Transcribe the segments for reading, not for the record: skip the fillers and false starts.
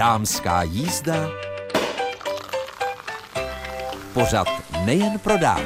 Dámská jízda, pořad nejen pro dámy.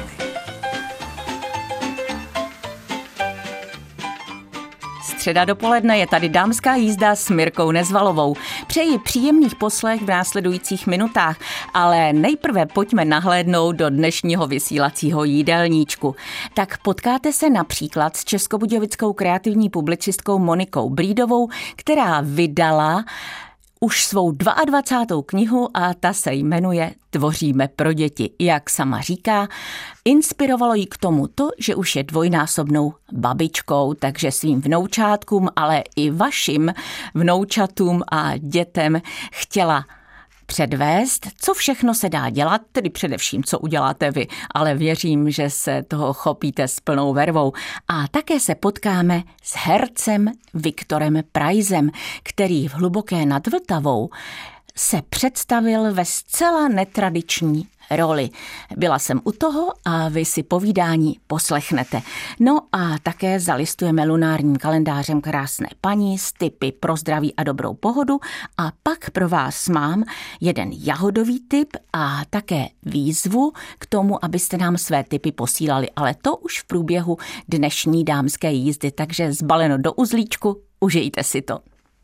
Středa dopoledne je tady Dámská jízda s Mirkou Nezvalovou. Přeji příjemných poslech v následujících minutách, ale nejprve pojďme nahlédnout do dnešního vysílacího jídelníčku. Tak potkáte se například s českobudějovickou kreativní publicistkou Monikou Brídovou, která vydala už svou 22. knihu a ta se jmenuje Tvoříme pro děti. Jak sama říká, inspirovalo jí k tomu to, že už je dvojnásobnou babičkou, takže svým vnoučátkům, ale i vašim vnoučatům a dětem chtěla předvést, co všechno se dá dělat, tedy především, co uděláte vy, ale věřím, že se toho chopíte s plnou vervou. A také se potkáme s hercem Viktorem Praisem, který v Hluboké nad Vltavou se představil ve zcela netradiční roli. Byla jsem u toho a vy si povídání poslechnete. No a také zalistujeme lunárním kalendářem Krásné paní s tipy pro zdraví a dobrou pohodu a pak pro vás mám jeden jahodový tip a také výzvu k tomu, abyste nám své tipy posílali, ale to už v průběhu dnešní dámské jízdy, takže zbaleno do uzlíčku, užijte si to.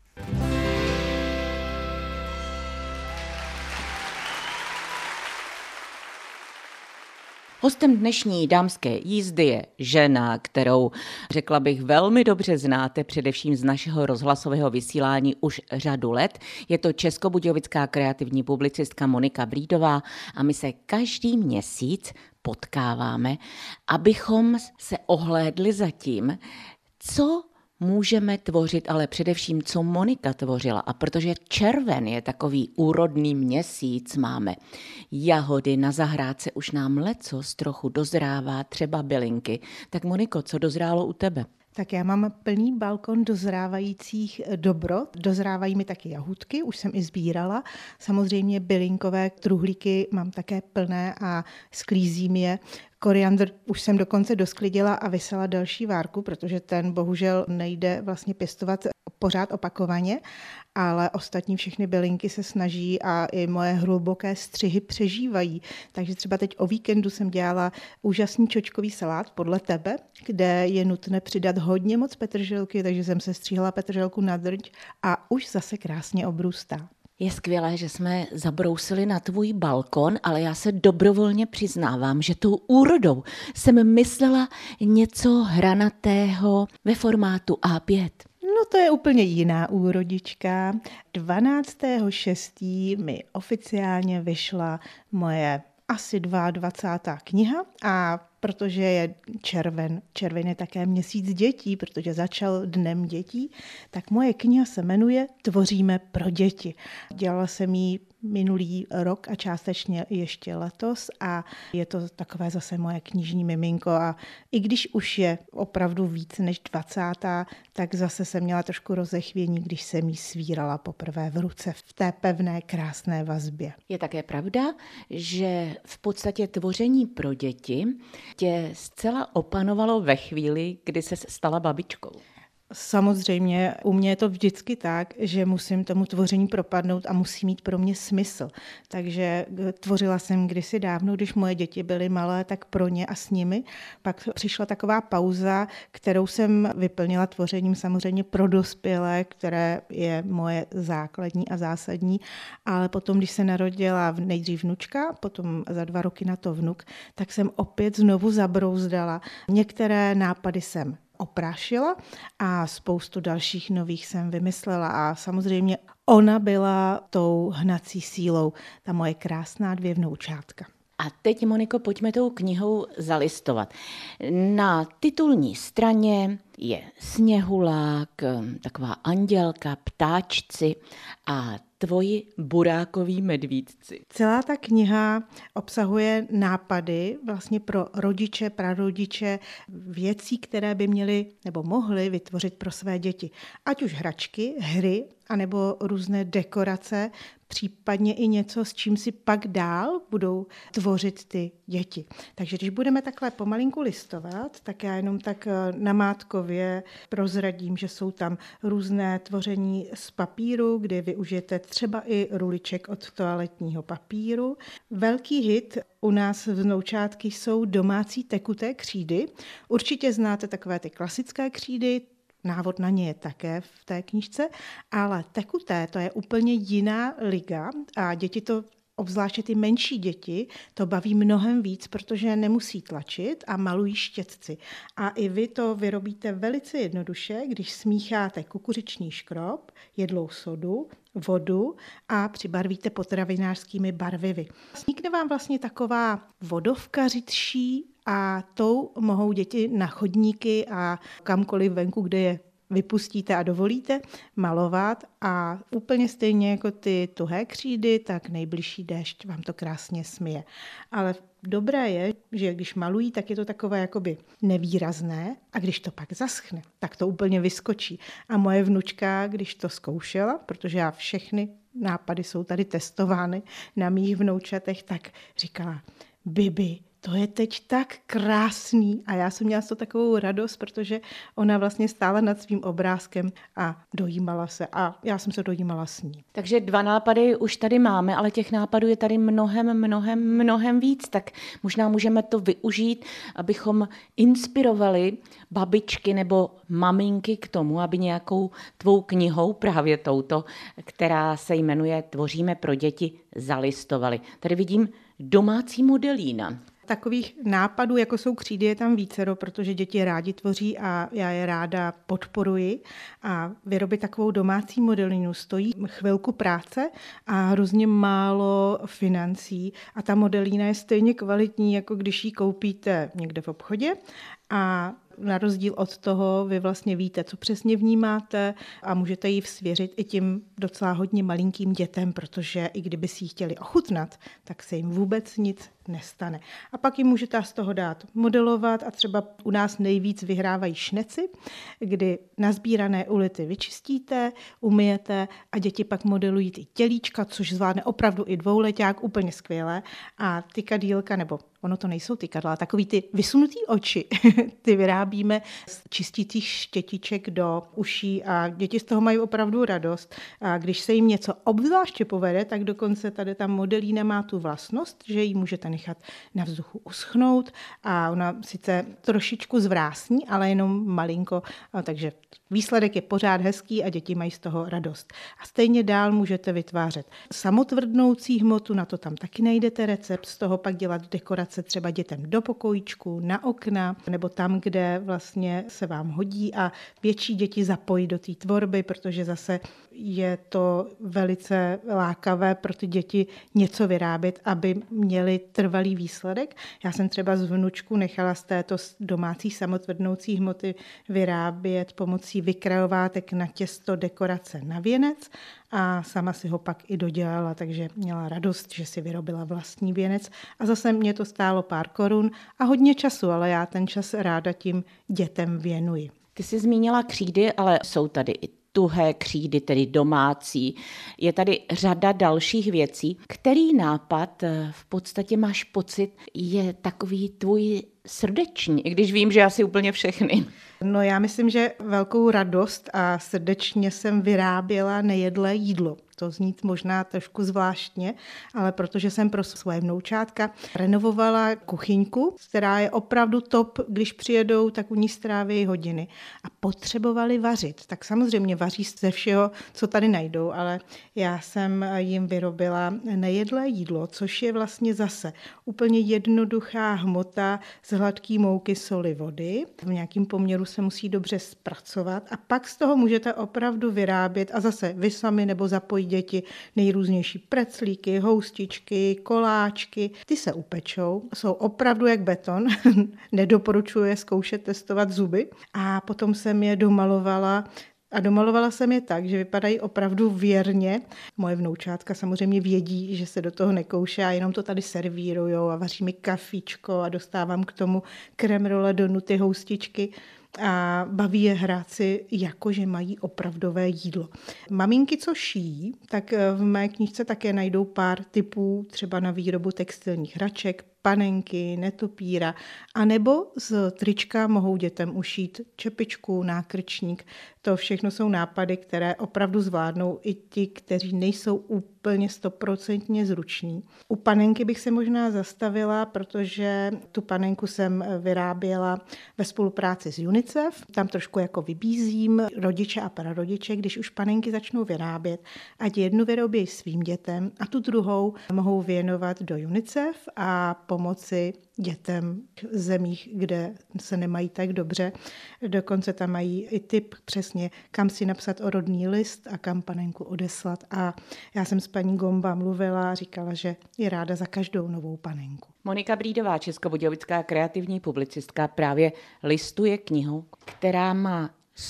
Hostem dnešní dámské jízdy je žena, kterou, řekla bych, velmi dobře znáte, především z našeho rozhlasového vysílání už řadu let. Je to českobudějovická kreativní publicistka Monika Brídová a my se každý měsíc potkáváme, abychom se ohlédli za tím, co můžeme tvořit, ale především, co Monika tvořila. A protože červen je takový úrodný měsíc, máme jahody, na zahrádce už nám lecos trochu dozrává, třeba bylinky. Tak Moniko, co dozrálo u tebe? Tak já mám plný balkon dozrávajících dobrot. Dozrávají mi taky jahůdky, už jsem i sbírala. Samozřejmě bylinkové truhlíky mám také plné a sklízím je. Koriandr už jsem dokonce dosklidila a vysela další várku, protože ten bohužel nejde vlastně pěstovat pořád opakovaně, ale ostatní všechny bylinky se snaží a i moje hluboké střihy přežívají. Takže třeba teď o víkendu jsem dělala úžasný čočkový salát podle tebe, kde je nutné přidat hodně moc petrželky, takže jsem se stříhala petrželku na drť a už zase krásně obrůstá. Je skvělé, že jsme zabrousili na tvůj balkon, ale já se dobrovolně přiznávám, že tou úrodou jsem myslela něco hranatého ve formátu A5. No to je úplně jiná úrodička. 12.6. mi oficiálně vyšla moje asi 22. kniha a protože je červen je také měsíc dětí, protože začal dnem dětí, tak moje kniha se jmenuje Tvoříme pro děti. Dělala jsem ji minulý rok a částečně ještě letos a je to takové zase moje knižní miminko a i když už je opravdu víc než 20, tak zase jsem měla trošku rozechvění, když jsem ji svírala poprvé v ruce v té pevné krásné vazbě. Je také pravda, že v podstatě tvoření pro děti tě zcela opanovalo ve chvíli, kdy se stala babičkou. Samozřejmě, u mě je to vždycky tak, že musím tomu tvoření propadnout a musí mít pro mě smysl. Takže tvořila jsem kdysi dávno, když moje děti byly malé, tak pro ně a s nimi. Pak přišla taková pauza, kterou jsem vyplnila tvořením samozřejmě pro dospělé, které je moje základní a zásadní. Ale potom, když se narodila nejdřív vnučka, potom za 2 roky na to vnuk, tak jsem opět znovu zabrouzdala. Některé nápady jsem oprášila a spoustu dalších nových jsem vymyslela a samozřejmě ona byla tou hnací sílou, ta moje krásná 2 vnoučátka. A teď, Moniko, pojďme tou knihou zalistovat. Na titulní straně je sněhulák, taková andělka, ptáčci a tvoji burákoví medvídci. Celá ta kniha obsahuje nápady vlastně pro rodiče, prarodiče, věcí, které by měli nebo mohli vytvořit pro své děti. Ať už hračky, hry, anebo různé dekorace, případně i něco, s čím si pak dál budou tvořit ty děti. Takže když budeme takhle pomalinku listovat, tak já jenom tak namátkově prozradím, že jsou tam různé tvoření z papíru, kdy využijete třeba i ruliček od toaletního papíru. Velký hit u nás v vnoučátky jsou domácí tekuté křídy. Určitě znáte takové ty klasické křídy, návod na ně je také v té knížce, ale tekuté to je úplně jiná liga a děti to, obzvláště ty menší děti, to baví mnohem víc, protože nemusí tlačit a malují štětci. A i vy to vyrobíte velice jednoduše, když smícháte kukuřičný škrob, jedlou sodu, vodu a přibarvíte potravinářskými barvivy. Vznikne vám vlastně taková vodovka řidší a tou mohou děti na chodníky a kamkoliv venku, kde je vypustíte a dovolíte, malovat a úplně stejně jako ty tuhé křídy, tak nejbližší déšť vám to krásně smije. Ale dobré je, že když malují, tak je to takové jakoby nevýrazné a když to pak zaschne, tak to úplně vyskočí. A moje vnučka, když to zkoušela, protože já všechny nápady jsou tady testovány na mých vnoučatech, tak říkala, Bibi, to je teď tak krásný. A já jsem měla z toho takovou radost, protože ona vlastně stála nad svým obrázkem a dojímala se. A já jsem se dojímala s ní. Takže 2 nápady už tady máme, ale těch nápadů je tady mnohem víc. Tak možná můžeme to využít, abychom inspirovali babičky nebo maminky k tomu, aby nějakou tvou knihou, právě touto, která se jmenuje Tvoříme pro děti, zalistovali. Tady vidím domácí modelína. Takových nápadů, jako jsou křídy, je tam vícero, protože děti rádi tvoří a já je ráda podporuji. A vyrobit takovou domácí modelínu stojí chvilku práce a hrozně málo financí. A ta modelína je stejně kvalitní, jako když ji koupíte někde v obchodě. A na rozdíl od toho vy vlastně víte, co přesně vnímáte a můžete ji svěřit i tím docela hodně malinkým dětem, protože i kdyby si ji chtěli ochutnat, tak se jim vůbec nic nestane. A pak ji můžete z toho dát modelovat a třeba u nás nejvíc vyhrávají šneci, kdy nazbírané ulity vyčistíte, umyjete a děti pak modelují ty tělíčka, což zvládne opravdu i dvouleťák úplně skvěle a tykadýlka, nebo ono to nejsou tykadla, takový ty vysunutý oči, ty vyrábíme z čistících štětiček do uší a děti z toho mají opravdu radost. A když se jim něco obzvláště povede, tak dokonce tady ta modelína má tu vlastnost, že ji můžete nechat na vzduchu uschnout a ona sice trošičku zvrásní, ale jenom malinko, takže výsledek je pořád hezký a děti mají z toho radost. A stejně dál můžete vytvářet samotvrdnoucí hmotu, na to tam taky najdete recept, z toho pak dělat dekorace třeba dětem do pokojíčku, na okna, nebo tam, kde vlastně se vám hodí a větší děti zapojí do té tvorby, protože zase je to velice lákavé pro ty děti něco vyrábět, aby měli trvalý výsledek. Já jsem třeba z vnučku nechala z této domácí samotvrdnoucí hmoty vyrábět pomocí vykrajovátek na těsto dekorace na věnec a sama si ho pak i dodělala, takže měla radost, že si vyrobila vlastní věnec a zase mě to stálo pár korun a hodně času, ale já ten čas ráda tím dětem věnuji. Ty jsi zmínila křídy, ale jsou tady i tuhé křídy, tedy domácí. Je tady řada dalších věcí. Který nápad v podstatě máš pocit je takový tvůj srdeční, i když vím, že asi úplně všechny. No já myslím, že velkou radost a srdečně jsem vyráběla nejedlé jídlo. To zní možná trošku zvláštně, ale protože jsem pro svoje vnoučátka renovovala kuchyňku, která je opravdu top, když přijedou, tak u ní stráví hodiny. A potřebovali vařit. Tak samozřejmě vaří ze všeho, co tady najdou, ale já jsem jim vyrobila nejedlé jídlo, což je vlastně zase úplně jednoduchá hmota z hladké mouky, soli, vody. V nějakém poměru se musí dobře zpracovat a pak z toho můžete opravdu vyrábět a zase vy sami nebo zapojí děti nejrůznější preclíky, houstičky, koláčky. Ty se upečou, jsou opravdu jak beton, nedoporučuji je zkoušet testovat zuby a potom jsem je domalovala. A domalovala jsem je tak, že vypadají opravdu věrně. Moje vnoučátka samozřejmě vědí, že se do toho nekouše a jenom to tady servírujou a vaří mi kafíčko a dostávám k tomu kremrole, donuty, houstičky. a baví je hrát si jako, že mají opravdové jídlo. Maminky, co šijí, tak v mé knížce také najdou pár typů třeba na výrobu textilních hraček, panenky, netopíra, anebo z trička mohou dětem ušít čepičku, nákrčník. To všechno jsou nápady, které opravdu zvládnou i ti, kteří nejsou úplně 100% zruční. U panenky bych se možná zastavila, protože tu panenku jsem vyráběla ve spolupráci s UNICEF. Tam trošku jako vybízím rodiče a prarodiče, když už panenky začnou vyrábět, ať jednu vyrobí svým dětem a tu druhou mohou věnovat do UNICEF a pomoci dětem v zemích, kde se nemají tak dobře. Dokonce tam mají i tip přesně, kam si napsat rodný list a kam panenku odeslat. A já jsem s paní Gomba mluvila a říkala, že je ráda za každou novou panenku. Monika Brídová, českobudějovická kreativní publicistka, právě listuje knihu, která má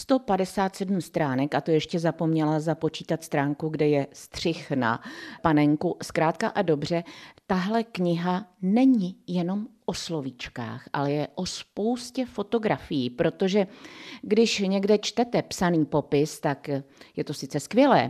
157 stránek, a to ještě zapomněla započítat stránku, kde je střih na panenku. Zkrátka a dobře, tahle kniha není jenom o slovíčkách, ale je o spoustě fotografií, protože když někde čtete psaný popis, tak je to sice skvělé,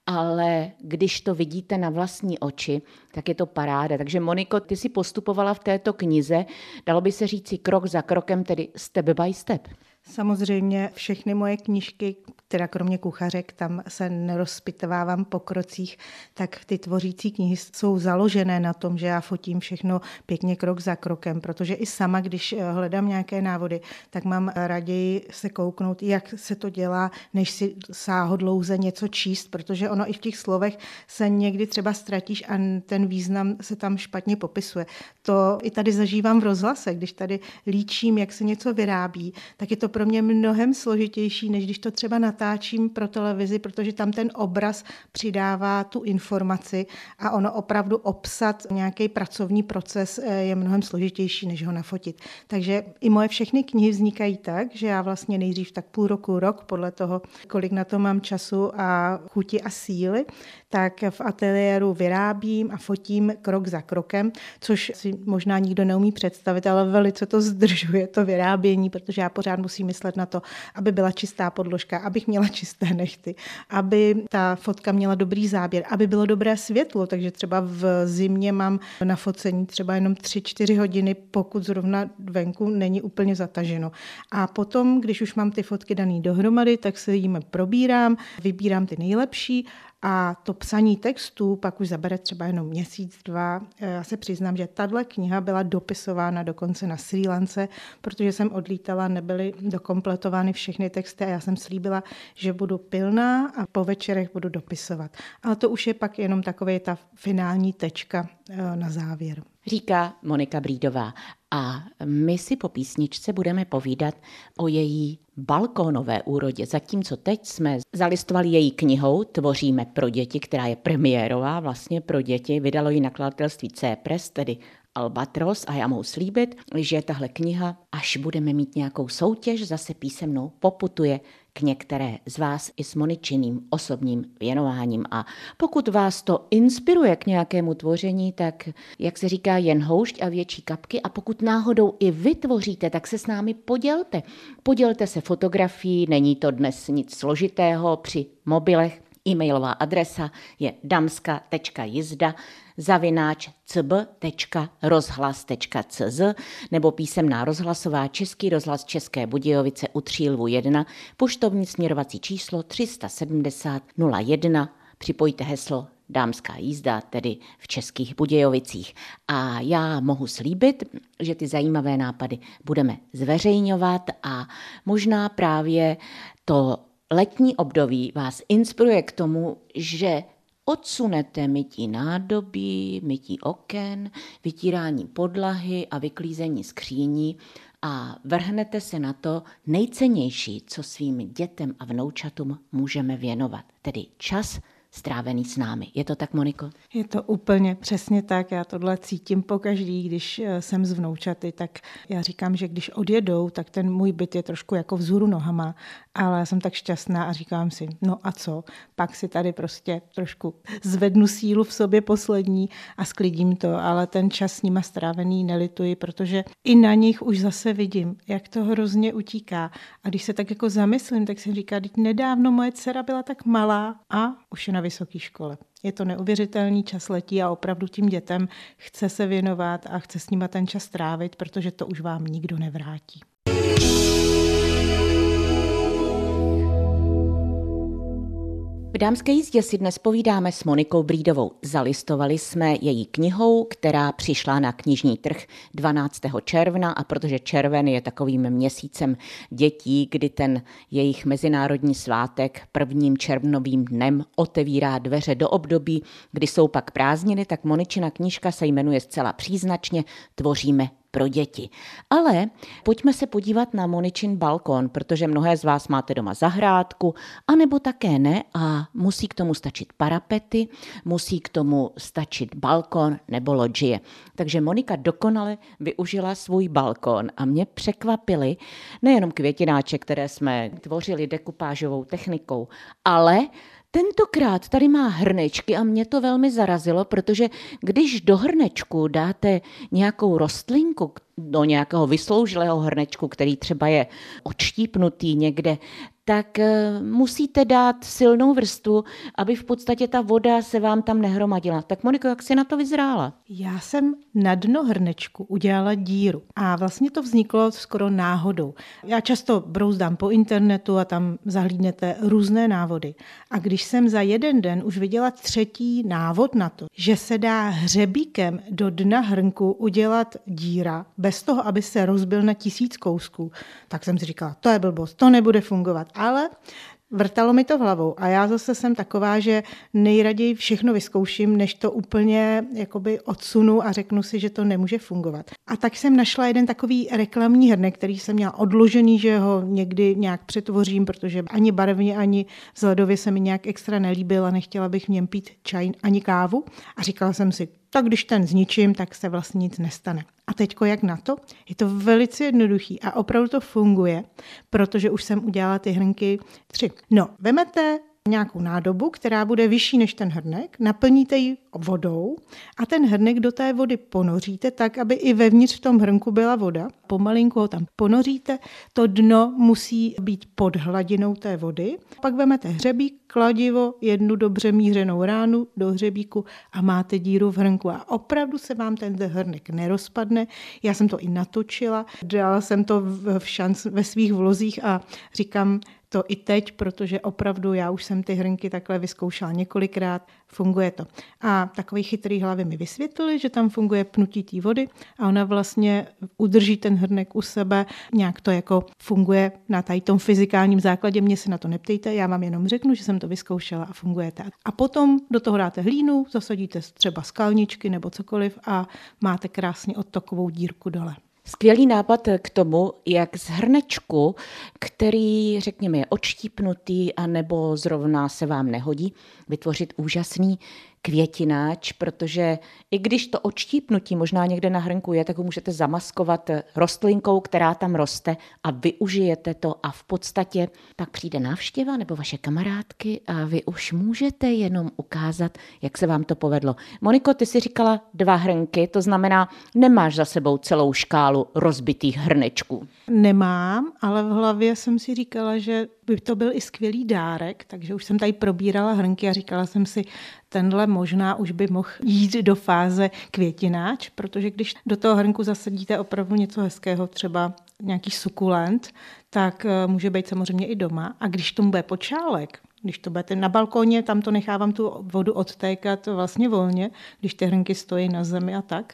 ale když to vidíte na vlastní oči, tak je to paráda. Takže Moniko, ty si postupovala v této knize, dalo by se říci krok za krokem, tedy step by step. Samozřejmě všechny moje knížky, teda kromě kuchařek, tam se nerozpitvávám po krocích, tak ty tvořící knihy jsou založené na tom, že já fotím všechno pěkně krok za krokem, protože i sama, když hledám nějaké návody, tak mám raději se kouknout, jak se to dělá, než si sáhodlouze něco číst, protože ono i v těch slovech se někdy třeba ztratíš a ten význam se tam špatně popisuje. To i tady zažívám v rozhlase, když tady líčím, jak se něco vyrábí, tak je to pro mě mnohem složitější, než když to třeba natáčím pro televizi, protože tam ten obraz přidává tu informaci a ono opravdu obsat nějaký pracovní proces je mnohem složitější, než ho nafotit. Takže i moje všechny knihy vznikají tak, že já vlastně nejdřív tak půl roku, rok, podle toho, kolik na to mám času a chuti a síly, tak v ateliéru vyrábím a fotím krok za krokem, což si možná nikdo neumí představit, ale velice to zdržuje to vyrábění, protože já pořád musím myslet na to, aby byla čistá podložka, abych měla čisté nechty, aby ta fotka měla dobrý záběr, aby bylo dobré světlo, takže třeba v zimě mám na focení třeba jenom 3-4 hodiny, pokud zrovna venku není úplně zataženo. A potom, když už mám ty fotky daný dohromady, tak se jimi probírám, vybírám ty nejlepší a to psaní textů pak už zabere třeba jenom měsíc, 2. Já se přiznám, že tahle kniha byla dopisována dokonce na Srí Lance, protože jsem odlítala, nebyly dokompletovány všechny texty a já jsem slíbila, že budu pilná a po večerech budu dopisovat. Ale to už je pak jenom taková ta finální tečka na závěr. Říká Monika Brídová. A my si po písničce budeme povídat o její balkónové úrodě. Zatímco teď jsme zalistovali její knihou Tvoříme pro děti, která je premiérová vlastně pro děti. Vydalo ji nakladatelství C-Press, tedy Albatros, a já mohu slíbit, že tahle kniha, až budeme mít nějakou soutěž, zase písemnou, poputuje k některé z vás i s Moničiným osobním věnováním. A pokud vás to inspiruje k nějakému tvoření, tak, jak se říká, jen houšť a větší kapky. A pokud náhodou i vy tvoříte, tak se s námi podělte. Podělte se fotografií, není to dnes nic složitého při mobilech. E-mailová adresa je damska.jizda@cb.rozhlas.cz nebo písemná rozhlasová Český rozhlas České Budějovice u Třílvu 1, poštovní směrovací číslo 370 01. Připojte heslo Dámská jízda, tedy v Českých Budějovicích. A já mohu slíbit, že ty zajímavé nápady budeme zveřejňovat a možná právě to letní období vás inspiruje k tomu, že odsunete mytí nádobí, mytí oken, vytírání podlahy a vyklízení skříní a vrhnete se na to nejcennější, co svým dětem a vnoučatům můžeme věnovat, tedy čas strávený s námi. Je to tak, Moniko? Je to úplně přesně tak. Já tohle cítím pokaždý, když jsem s vnoučaty, tak já říkám, že když odjedou, tak ten můj byt je trošku jako vzhůru nohama, ale já jsem tak šťastná a říkám si, no a co? Pak si tady prostě trošku zvednu sílu v sobě poslední a sklidím to, ale ten čas s nima strávený nelituji, protože i na nich už zase vidím, jak to hrozně utíká. A když se tak jako zamyslím, tak jsem říká, teď nedávno moje dcera byla tak malá a už je na vysoké škole. Je to neuvěřitelný, čas letí a opravdu tím dětem chce se věnovat a chce s nima ten čas trávit, protože to už vám nikdo nevrátí. V Dámské jízdě si dnes povídáme s Monikou Brídovou. Zalistovali jsme její knihou, která přišla na knižní trh 12. června a protože červen je takovým měsícem dětí, kdy ten jejich mezinárodní svátek 1. červnovým dnem otevírá dveře do období, kdy jsou pak prázdniny, tak Moničina knížka se jmenuje zcela příznačně Tvoříme pro děti. Ale pojďme se podívat na Moničin balkon, protože mnohé z vás máte doma zahrádku, anebo také ne a musí k tomu stačit parapety, musí k tomu stačit balkon nebo lodžie. Takže Monika dokonale využila svůj balkon a mě překvapily nejenom květináče, které jsme tvořili dekupážovou technikou, ale tentokrát tady má hrnečky a mě to velmi zarazilo, protože když do hrnečku dáte nějakou rostlinku, do nějakého vysloužilého hrnečku, který třeba je odštípnutý někde, tak musíte dát silnou vrstvu, aby v podstatě ta voda se vám tam nehromadila. Tak Moniko, jak jsi na to vyzrála? Já jsem na dno hrnečku udělala díru a vlastně to vzniklo skoro náhodou. Já často brouzdám po internetu a tam zahlídnete různé návody. A když jsem za jeden den už viděla 3. návod na to, že se dá hřebíkem do dna hrnku udělat díra, bez toho, aby se rozbil na 1000 kousků, tak jsem si říkala, to je blbost, to nebude fungovat. Ale vrtalo mi to v hlavou a já zase jsem taková, že nejraději všechno vyzkouším, než to úplně jakoby odsunu a řeknu si, že to nemůže fungovat. A tak jsem našla jeden takový reklamní hrnek, který jsem měla odložený, že ho někdy nějak přetvořím, protože ani barevně, ani vzhledově se mi nějak extra nelíbil a nechtěla bych v něm pít čaj ani kávu. A říkala jsem si, tak když ten zničím, tak se vlastně nic nestane. A teďko jak na to? Je to velice jednoduchý a opravdu to funguje, protože už jsem udělala ty hrnky 3. No, vemete nějakou nádobu, která bude vyšší než ten hrnek, naplníte ji vodou a ten hrnek do té vody ponoříte tak, aby i vevnitř v tom hrnku byla voda. Pomalinku ho tam ponoříte, to dno musí být pod hladinou té vody. Pak vemete hřebík, kladivo, jednu dobře mířenou ránu do hřebíku a máte díru v hrnku. A opravdu se vám ten hrnek nerozpadne. Já jsem to i natočila, dala jsem to ve svých vlozích a říkám to i teď, protože opravdu já už jsem ty hrnky takhle vyzkoušela několikrát, funguje to. A takový chytrý hlavy mi vysvětlili, že tam funguje pnutí té vody a ona vlastně udrží ten hrnek u sebe, nějak to jako funguje na tady tom fyzikálním základě, mě se na to neptejte, já vám jenom řeknu, že jsem to vyzkoušela a funguje tak. A potom do toho dáte hlínu, zasadíte třeba skalničky nebo cokoliv a máte krásně odtokovou dírku dole. Skvělý nápad k tomu, jak z hrnečku, který, řekněme, je odštípnutý a nebo zrovna se vám nehodí, vytvořit úžasný květináč, protože i když to odštípnutí možná někde na hrnku je, tak ho můžete zamaskovat rostlinkou, která tam roste a využijete to a v podstatě pak přijde návštěva nebo vaše kamarádky a vy už můžete jenom ukázat, jak se vám to povedlo. Moniko, ty jsi říkala 2 hrnky, to znamená, nemáš za sebou celou škálu rozbitých hrnečků. Nemám, ale v hlavě jsem si říkala, že by to byl i skvělý dárek, takže už jsem tady probírala hrnky a říkala jsem si, tenhle možná už by mohl jít do fáze květináč, protože když do toho hrnku zasadíte opravdu něco hezkého, třeba nějaký sukulent, tak může být samozřejmě i doma. A když tomu bude počálek, když to budete na balkoně, tam to nechávám tu vodu odtékat vlastně volně, když ty hrnky stojí na zemi a tak.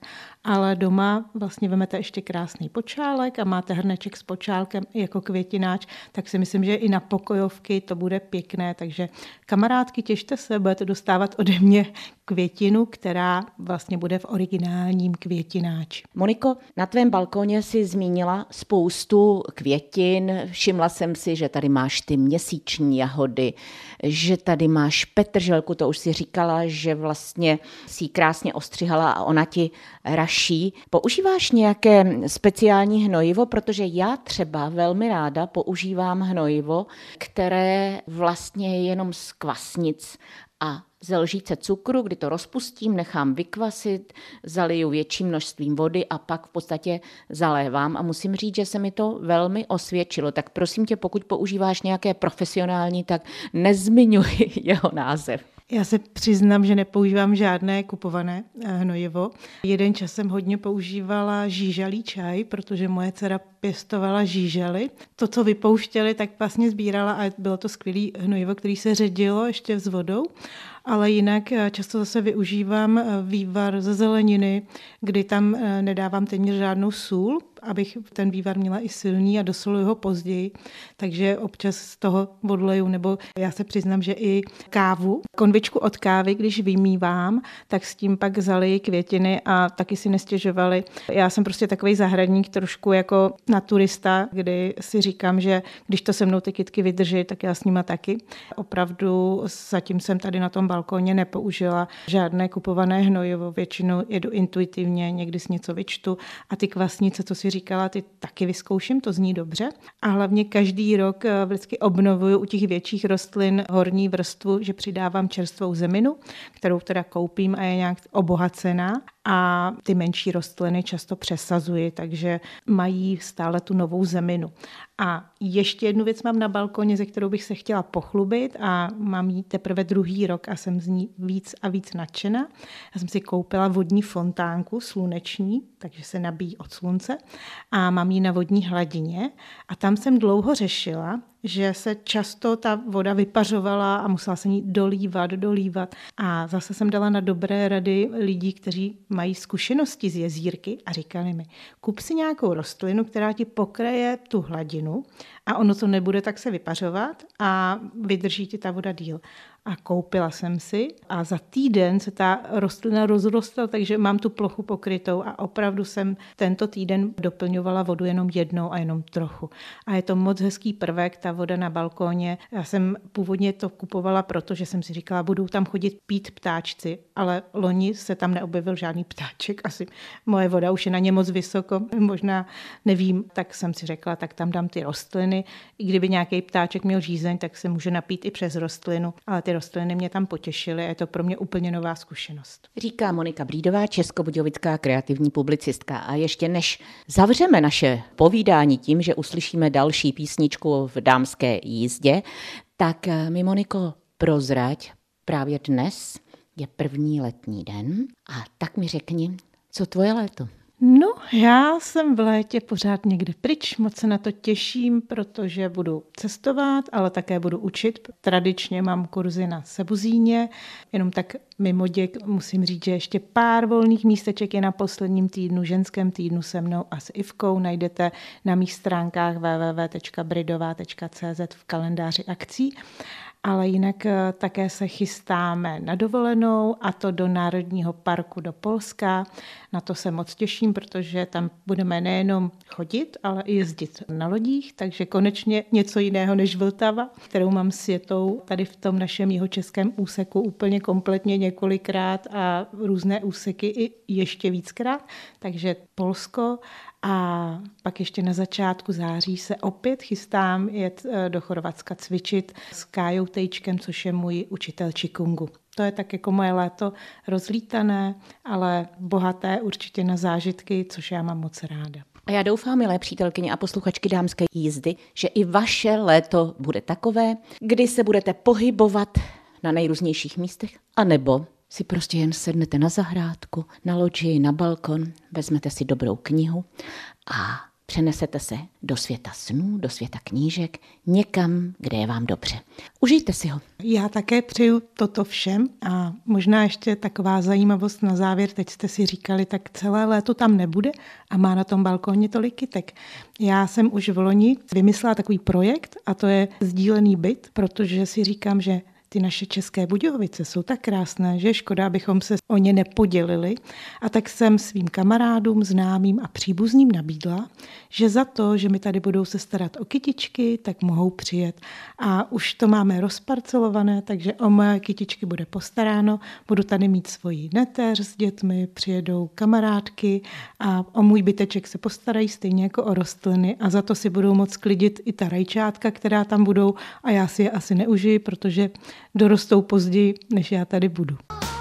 ale doma vlastně vemete ještě krásný počálek a máte hrneček s počálkem jako květináč, tak si myslím, že i na pokojovky to bude pěkné, takže kamarádky, těšte se, budete dostávat ode mě květinu, která vlastně bude v originálním květináči. Moniko, na tvém balkóně si zmínila spoustu květin, všimla jsem si, že tady máš ty měsíční jahody, že tady máš petrželku, to už si říkala, že vlastně si ji krásně ostřihala a ona ti raší. Používáš nějaké speciální hnojivo, protože já třeba velmi ráda používám hnojivo, které vlastně je jenom z kvasnic a ze lžíce cukru, kdy to rozpustím, nechám vykvasit, zaliju větším množstvím vody a pak v podstatě zalévám a musím říct, že se mi to velmi osvědčilo. Tak prosím tě, pokud používáš nějaké profesionální, tak nezmiňuj jeho název. Já se přiznám, že nepoužívám žádné kupované hnojivo. Jeden čas jsem hodně používala žížalý čaj, protože moje dcera pěstovala žížaly. To, co vypouštěli, tak vlastně sbírala a bylo to skvělý hnojivo, který se ředilo ještě s vodou. Ale jinak často zase využívám vývar ze zeleniny, kdy tam nedávám téměř žádnou sůl, abych ten vývar měla i silný a dosoluji ho později. Takže občas z toho odleju, nebo já se přiznám, že i kávu, konvičku od kávy, když vymývám, tak s tím pak zaliji květiny a taky si nestěžovali. Já jsem prostě takovej zahradník trošku jako naturista, kdy si říkám, že když to se mnou ty kytky vydrží, tak já s nima taky. Opravdu zatím jsem tady na tom balkóně nepoužila žádné kupované hnojivo, většinou jedu intuitivně, někdy si něco vyčtu a ty kvasnice, co si říkala, ty taky vyzkouším, to zní dobře. A hlavně každý rok vždycky obnovuju u těch větších rostlin horní vrstvu, že přidávám čerstvou zeminu, kterou teda koupím a je nějak obohacená. A ty menší rostliny často přesazuji, takže mají stále tu novou zeminu. A ještě jednu věc mám na balkoně, ze kterou bych se chtěla pochlubit a mám ji teprve druhý rok a jsem z ní víc a víc nadšená. Já jsem si koupila vodní fontánku sluneční, takže se nabíjí od slunce a mám ji na vodní hladině a tam jsem dlouho řešila, že se často ta voda vypařovala a musela se ní dolívat. A zase jsem dala na dobré rady lidí, kteří mají zkušenosti z jezírky a říkali mi, kup si nějakou rostlinu, která ti pokryje tu hladinu a ono to nebude tak se vypařovat a vydrží ti ta voda díl. A koupila jsem si a za týden se ta rostlina rozrostla, takže mám tu plochu pokrytou a opravdu jsem tento týden doplňovala vodu jenom jednou a jenom trochu. A je to moc hezký prvek, ta voda na balkóně. Já jsem původně to kupovala, protože jsem si říkala, budou tam chodit pít ptáčci, ale loni se tam neobjevil žádný ptáček. Asi moje voda už je na ně moc vysoko, možná nevím, tak jsem si řekla, tak tam dám ty rostliny. I kdyby nějaký ptáček měl žízeň, tak se může napít i přes rostlinu, ale ty rostliny mě tam potěšily a je to pro mě úplně nová zkušenost. Říká Monika Blídová, českobudějovická kreativní publicistka. A ještě než zavřeme naše povídání tím, že uslyšíme další písničku v dámské jízdě, tak mi, Moniko, prozrať, právě dnes je první letní den a tak mi řekni, co tvoje léto? No, já jsem v létě pořád někde pryč, moc se na to těším, protože budu cestovat, ale také budu učit. Tradičně mám kurzy na Sebuzíně, jenom tak mimo děk musím říct, že ještě pár volných místeček je na posledním týdnu, ženském týdnu se mnou a s Ivkou. Najdete na mých stránkách www.bridová.cz v kalendáři akcí. Ale jinak také se chystáme na dovolenou a to do Národního parku do Polska. Na to se moc těším, protože tam budeme nejenom chodit, ale i jezdit na lodích, takže konečně něco jiného než Vltava, kterou mám sjetou tady v tom našem jihočeském úseku úplně kompletně několikrát a různé úseky i ještě víckrát. Takže Polsko. A pak ještě na začátku září se opět chystám jet do Chorvatska cvičit s Kájou Tejčkem, což je můj učitel čikungu. To je tak jako moje léto rozlítané, ale bohaté určitě na zážitky, což já mám moc ráda. A já doufám, milé přítelkyně a posluchačky dámské jízdy, že i vaše léto bude takové, kdy se budete pohybovat na nejrůznějších místech, anebo si prostě jen sednete na zahrádku, na loďii, na balkon, vezmete si dobrou knihu a přenesete se do světa snů, do světa knížek, někam, kde je vám dobře. Užijte si ho. Já také přeju toto všem a možná ještě taková zajímavost na závěr. Teď jste si říkali, tak celé léto tam nebude a má na tom balkóně tolik kytek. Já jsem už v loni vymyslela takový projekt a to je sdílený byt, protože si říkám, že ty naše České Budějovice jsou tak krásné, že je škoda, abychom se o ně nepodělili. A tak jsem svým kamarádům, známým a příbuzným nabídla, že za to, že mi tady budou se starat o kytičky, tak mohou přijet. A už to máme rozparcelované, takže o moje kytičky bude postaráno. Budu tady mít svoji neteř s dětmi, přijedou kamarádky a o můj byteček se postarají stejně jako o rostliny a za to si budou moct klidit i ta rajčátka, která tam budou a já si je asi neužiji, protože dorostou později, než já tady budu.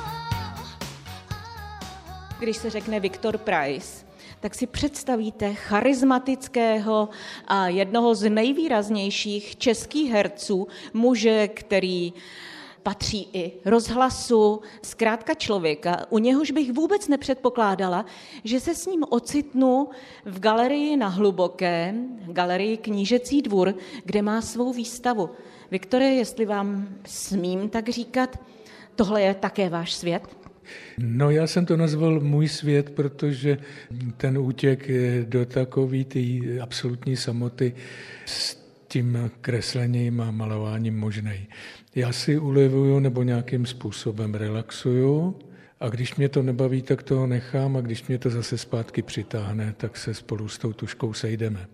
Když se řekne Viktor Preiss, tak si představíte charismatického a jednoho z nejvýraznějších českých herců, muže, který patří i rozhlasu, zkrátka člověka, u něhož bych vůbec nepředpokládala, že se s ním ocitnu v galerii na Hlubokém, galerii Knížecí dvůr, kde má svou výstavu. Viktore, jestli vám smím tak říkat, tohle je také váš svět? No, já jsem to nazval můj svět, protože ten útěk do takové té absolutní samoty s tím kreslením a malováním možnej. Já si ulevuju nebo nějakým způsobem relaxuju a když mě to nebaví, tak toho nechám a když mě to zase zpátky přitáhne, tak se spolu s tou tužkou sejdeme.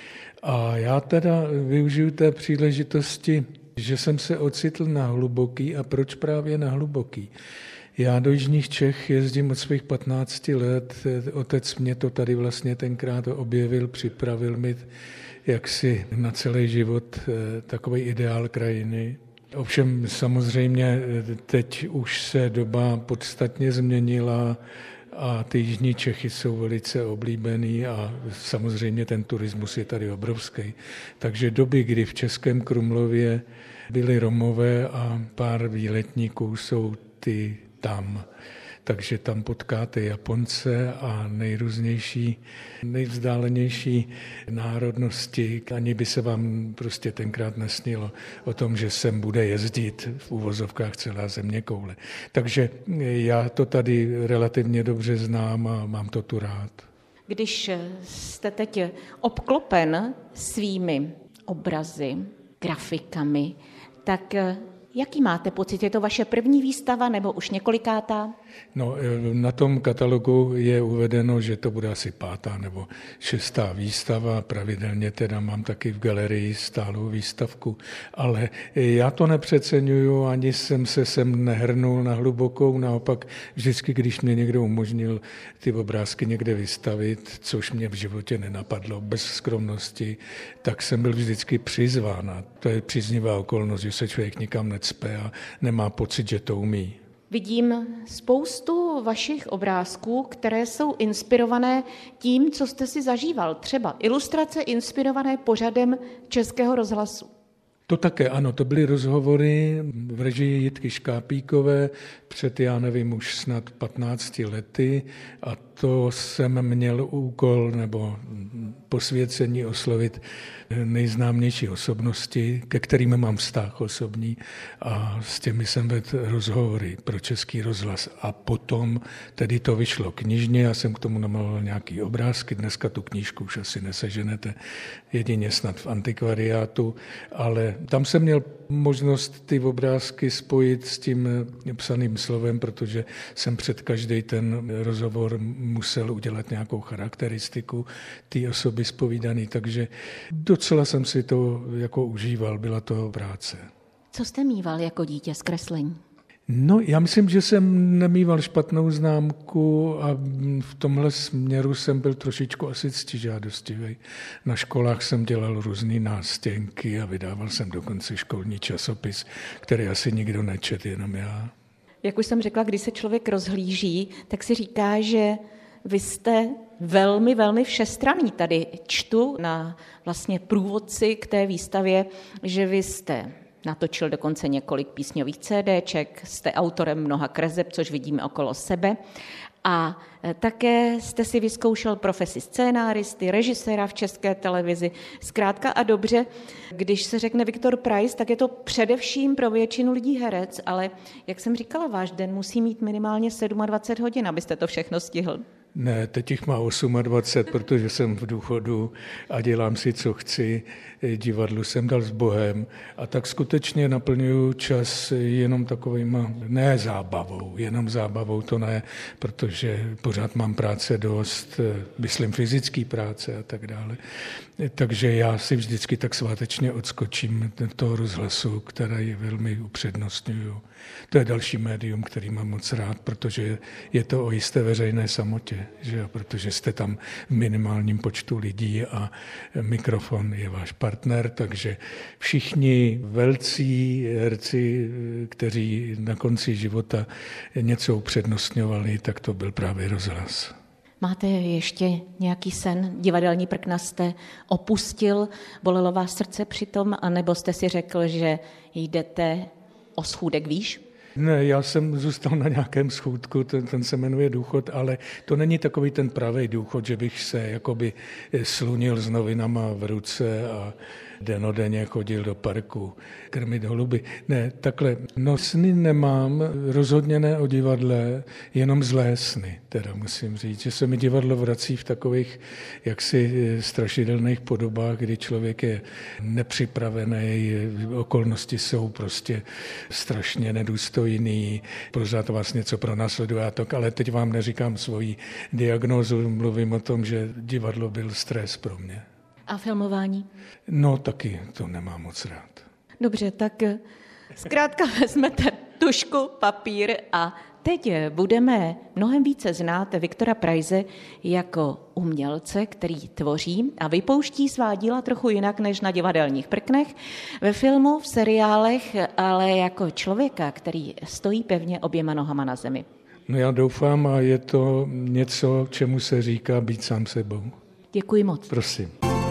A já teda využiju té příležitosti, že jsem se ocitl na Hluboký a proč právě na Hluboký. Já do jižních Čech jezdím od svých 15 let, otec mě to tady vlastně tenkrát objevil, připravil mi jaksi na celý život takový ideál krajiny. Ovšem samozřejmě teď už se doba podstatně změnila a ty jižní Čechy jsou velice oblíbený a samozřejmě ten turismus je tady obrovský. Takže doby, kdy v Českém Krumlově byli Romové a pár výletníků, jsou ty tam. Takže tam potkáte Japonce a nejrůznější, nejvzdálenější národnosti. Ani by se vám prostě tenkrát nesnilo o tom, že sem bude jezdit v uvozovkách celá zeměkoule. Takže já to tady relativně dobře znám a mám to tu rád. Když jste teď obklopen svými obrazy, grafikami, tak jaký máte pocit? Je to vaše první výstava nebo už několikátá? No, na tom katalogu je uvedeno, že to bude asi 5. nebo 6. výstava. Pravidelně teda mám taky v galerii stálou výstavku, ale já to nepřeceňuju, ani jsem se sem nehrnul na Hlubokou, naopak vždycky, když mě někdo umožnil ty obrázky někde vystavit, což mě v životě nenapadlo, bez skromnosti, tak jsem byl vždycky přizván. A to je příznivá okolnost, že se člověk nikam necpe a nemá pocit, že to umí. Vidím spoustu vašich obrázků, které jsou inspirované tím, co jste si zažíval. Třeba ilustrace inspirované pořadem Českého rozhlasu. To také, ano, to byly rozhovory v režii Jitky Škápíkové před, já nevím, už snad 15 lety a to jsem měl úkol nebo posvěcení oslovit nejznámější osobnosti, ke kterým mám vztah osobní a s těmi jsem vedl rozhovory pro Český rozhlas a potom tedy to vyšlo knižně, já jsem k tomu namaloval nějaký obrázky, dneska tu knížku už asi neseženete, jedině snad v antikvariátu, ale tam jsem měl možnost ty obrázky spojit s tím psaným slovem, protože jsem před každý ten rozhovor musel udělat nějakou charakteristiku té osoby zpovídané, takže docela jsem si to jako užíval, byla to práce. Co jste mýval jako dítě z kreslení? No, já myslím, že jsem nemýval špatnou známku a v tomhle směru jsem byl trošičku asi ctižádostivý. Na školách jsem dělal různé nástěnky a vydával jsem dokonce školní časopis, který asi nikdo nečet, jenom já. Jak už jsem řekla, když se člověk rozhlíží, tak si říká, že vy jste velmi, velmi všestranný. Tady čtu na vlastně průvodci k té výstavě, že vy jste natočil dokonce několik písňových CDček, jste autorem mnoha kreseb, což vidíme okolo sebe. A také jste si vyzkoušel profesi scénáristy, režiséra v České televizi. Zkrátka a dobře, když se řekne Viktor Preiss, tak je to především pro většinu lidí herec, ale jak jsem říkala, váš den musí mít minimálně 27 hodin, abyste to všechno stihl. Ne, teď jich má 28, protože jsem v důchodu a dělám si, co chci. Divadlu jsem dal s Bohem a tak skutečně naplňuju čas jenom takovýma, ne zábavou, jenom zábavou to ne, protože pořád mám práce dost, myslím fyzický práce a tak dále. Takže já si vždycky tak svátečně odskočím toho rozhlasu, který velmi upřednostňuju. To je další médium, který mám moc rád, protože je to o jisté veřejné samotě, že jo? Protože jste tam v minimálním počtu lidí a mikrofon je váš partner, takže všichni velcí herci, kteří na konci života něco upřednostňovali, tak to byl právě rozhlas. Máte ještě nějaký sen? Divadelní prkna jste opustil? Bolelo vás srdce přitom? Anebo jste si řekl, že jdete o schůdek výš? Ne, já jsem zůstal na nějakém schůdku, ten se jmenuje důchod, ale to není takový ten pravý důchod, že bych se jakoby slunil s novinama v ruce a denodenně chodil do parku krmit holuby. Ne, takhle, no sny nemám, rozhodně ne o divadle, jenom zlé sny, teda musím říct, že se mi divadlo vrací v takových jaksi strašidelných podobách, kdy člověk je nepřipravený, okolnosti jsou prostě strašně nedůstojný, pořád vás něco pronásleduje, ale teď vám neříkám svoji diagnózu, mluvím o tom, že divadlo byl stres pro mě. A filmování? No taky to nemám moc rád. Dobře, tak zkrátka vezmete tužku, papír a teď budeme mnohem více znát Viktora Preisse jako umělce, který tvoří a vypouští svá díla trochu jinak než na divadelních prknech, ve filmu, v seriálech, ale jako člověka, který stojí pevně oběma nohama na zemi. No já doufám a je to něco, čemu se říká být sám sebou. Děkuji moc. Prosím.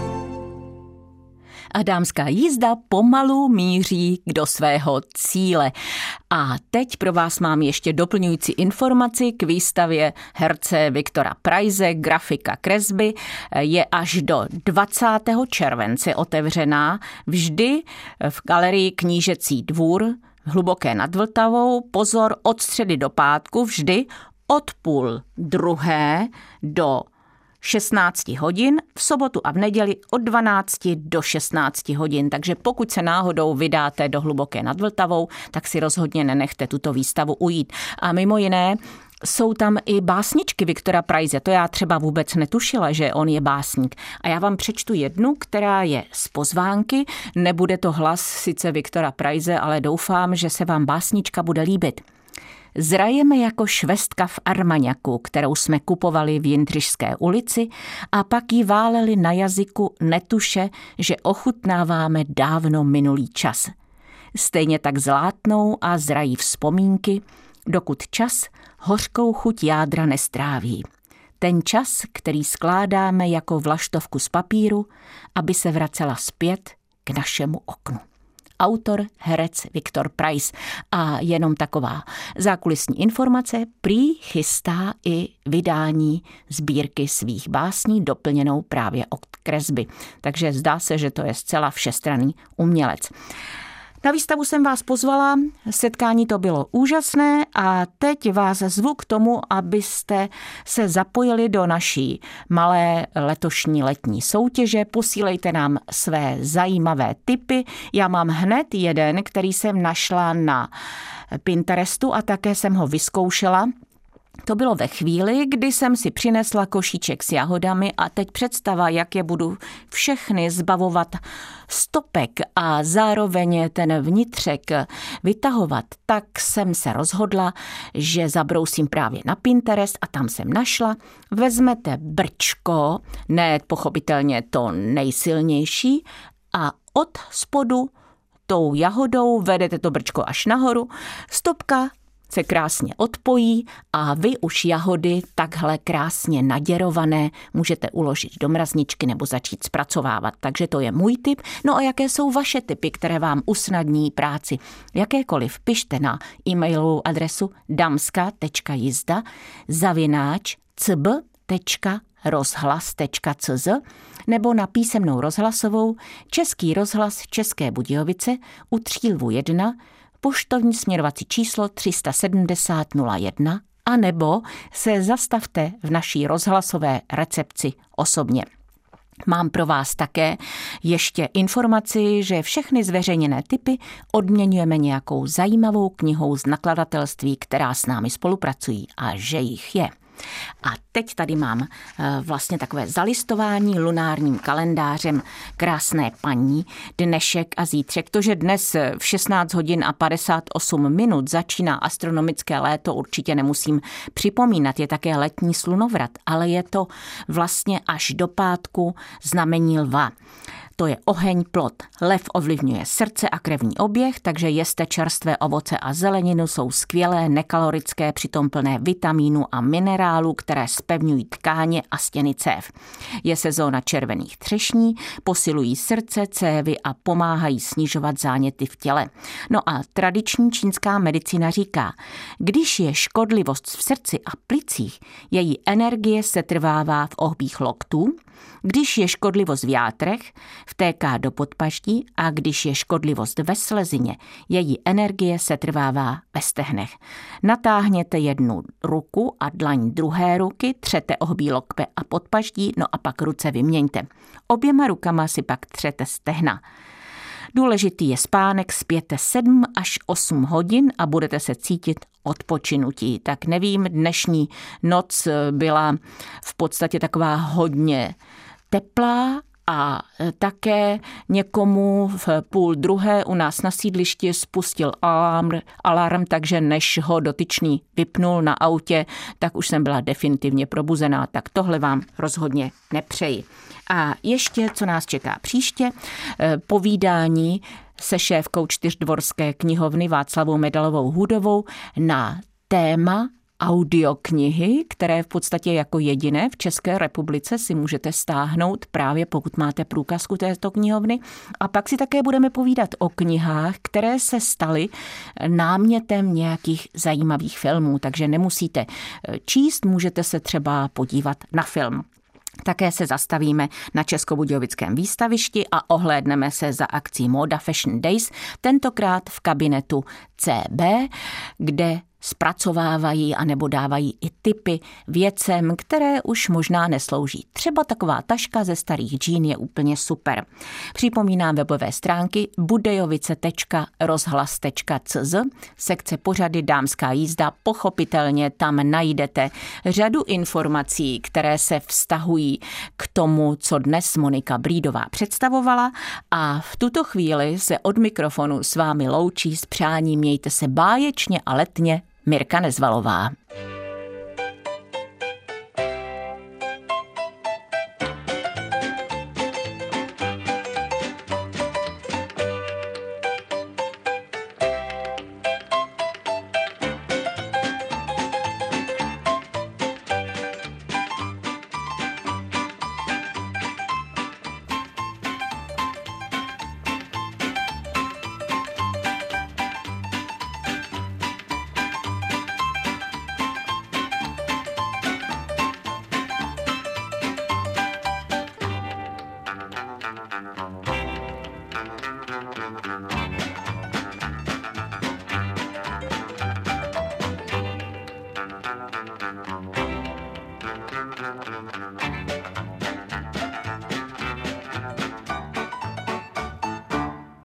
A dámská jízda pomalu míří do svého cíle. A teď pro vás mám ještě doplňující informaci k výstavě herce Viktora Preisse, grafika kresby. Je až do 20. července otevřená, vždy v galerii Knížecí dvůr v Hluboké nad Vltavou. Pozor, od středy do pátku, vždy od 12:30 do 16 hodin, v sobotu a v neděli od 12 do 16 hodin. Takže pokud se náhodou vydáte do Hluboké nad Vltavou, tak si rozhodně nenechte tuto výstavu ujít. A mimo jiné jsou tam i básničky Viktora Preisse. To já třeba vůbec netušila, že on je básník. A já vám přečtu jednu, která je z pozvánky. Nebude to hlas sice Viktora Preisse, ale doufám, že se vám básnička bude líbit. Zrajeme jako švestka v armaňaku, kterou jsme kupovali v Jindřišské ulici a pak ji váleli na jazyku netuše, že ochutnáváme dávno minulý čas. Stejně tak zlátnou a zrají vzpomínky, dokud čas hořkou chuť jádra nestráví. Ten čas, který skládáme jako vlaštovku z papíru, aby se vracela zpět k našemu oknu. Autor, herec Viktor Preiss. A jenom taková zákulisní informace, prý chystá i vydání sbírky svých básní, doplněnou právě od kresby. Takže zdá se, že to je zcela všestranný umělec. Na výstavu jsem vás pozvala, setkání to bylo úžasné a teď vás zvu k tomu, abyste se zapojili do naší malé letošní letní soutěže. Posílejte nám své zajímavé tipy. Já mám hned jeden, který jsem našla na Pinterestu a také jsem ho vyzkoušela. To bylo ve chvíli, kdy jsem si přinesla košíček s jahodami a teď představa, jak je budu všechny zbavovat stopek a zároveň ten vnitřek vytahovat, tak jsem se rozhodla, že zabrousím právě na Pinterest a tam jsem našla. Vezmete brčko, ne pochopitelně to nejsilnější, a od spodu tou jahodou vedete to brčko až nahoru, stopka se krásně odpojí a vy už jahody takhle krásně naděrované můžete uložit do mrazničky nebo začít zpracovávat. Takže to je můj tip. No a jaké jsou vaše tipy, které vám usnadní práci? Jakékoliv pište na e-mailovou adresu damska.jizda@cb.rozhlas.cz nebo na písemnou rozhlasovou Český rozhlas České Budějovice u Třílvu 1, poštovní směrovací číslo 370 01, a nebo se zastavte v naší rozhlasové recepci osobně. Mám pro vás také ještě informaci, že všechny zveřejněné tipy odměňujeme nějakou zajímavou knihou z nakladatelství, která s námi spolupracují, a že jich je. A teď tady mám vlastně takové zalistování lunárním kalendářem krásné paní, dnešek a zítřek. To, že dnes v 16 hodin a 58 minut začíná astronomické léto, určitě nemusím připomínat, je také letní slunovrat, ale je to vlastně až do pátku znamení lva. To je oheň, plot. Lev ovlivňuje srdce a krevní oběh, takže jeste čerstvé ovoce a zeleninu, jsou skvělé, nekalorické, přitom plné vitamínů a minerálů, které zpevňují tkáně a stěny cév. Je sezóna červených třešní, posilují srdce, cévy a pomáhají snižovat záněty v těle. No a tradiční čínská medicína říká, když je škodlivost v srdci a plicích, její energie setrvává v ohbích loktů, když je škodlivost v játrech, vtéká do podpaždí, a když je škodlivost ve slezině, její energie setrvává ve stehnech. Natáhněte jednu ruku a dlaň druhé ruky, třete ohbí lokve a podpaždí, no a pak ruce vyměňte. Oběma rukama si pak třete stehna. Důležitý je spánek, spěte 7 až 8 hodin a budete se cítit odpočinutí. Tak nevím, dnešní noc byla v podstatě taková hodně teplá a také někomu v 12:30 u nás na sídlišti spustil alarm, takže než ho dotyčný vypnul na autě, tak už jsem byla definitivně probuzená, tak tohle vám rozhodně nepřeji. A ještě, co nás čeká příště, povídání se šéfkou Čtyřdvorské knihovny Václavou Medalovou Hudovou na téma audioknihy, které v podstatě jako jediné v České republice si můžete stáhnout právě pokud máte průkazku této knihovny. A pak si také budeme povídat o knihách, které se staly námětem nějakých zajímavých filmů, takže nemusíte číst, můžete se třeba podívat na film. Také se zastavíme na Českobudějovickém výstavišti a ohlédneme se za akcí Moda Fashion Days, tentokrát v kabinetu CB, kde zpracovávají anebo dávají i tipy věcem, které už možná neslouží. Třeba taková taška ze starých džín je úplně super. Připomínám webové stránky budejovice.rozhlas.cz, sekce pořady Dámská jízda, pochopitelně tam najdete řadu informací, které se vztahují k tomu, co dnes Monika Brídová představovala, a v tuto chvíli se od mikrofonu s vámi loučí s přáním mějte se báječně a letně Mirka Nezvalová.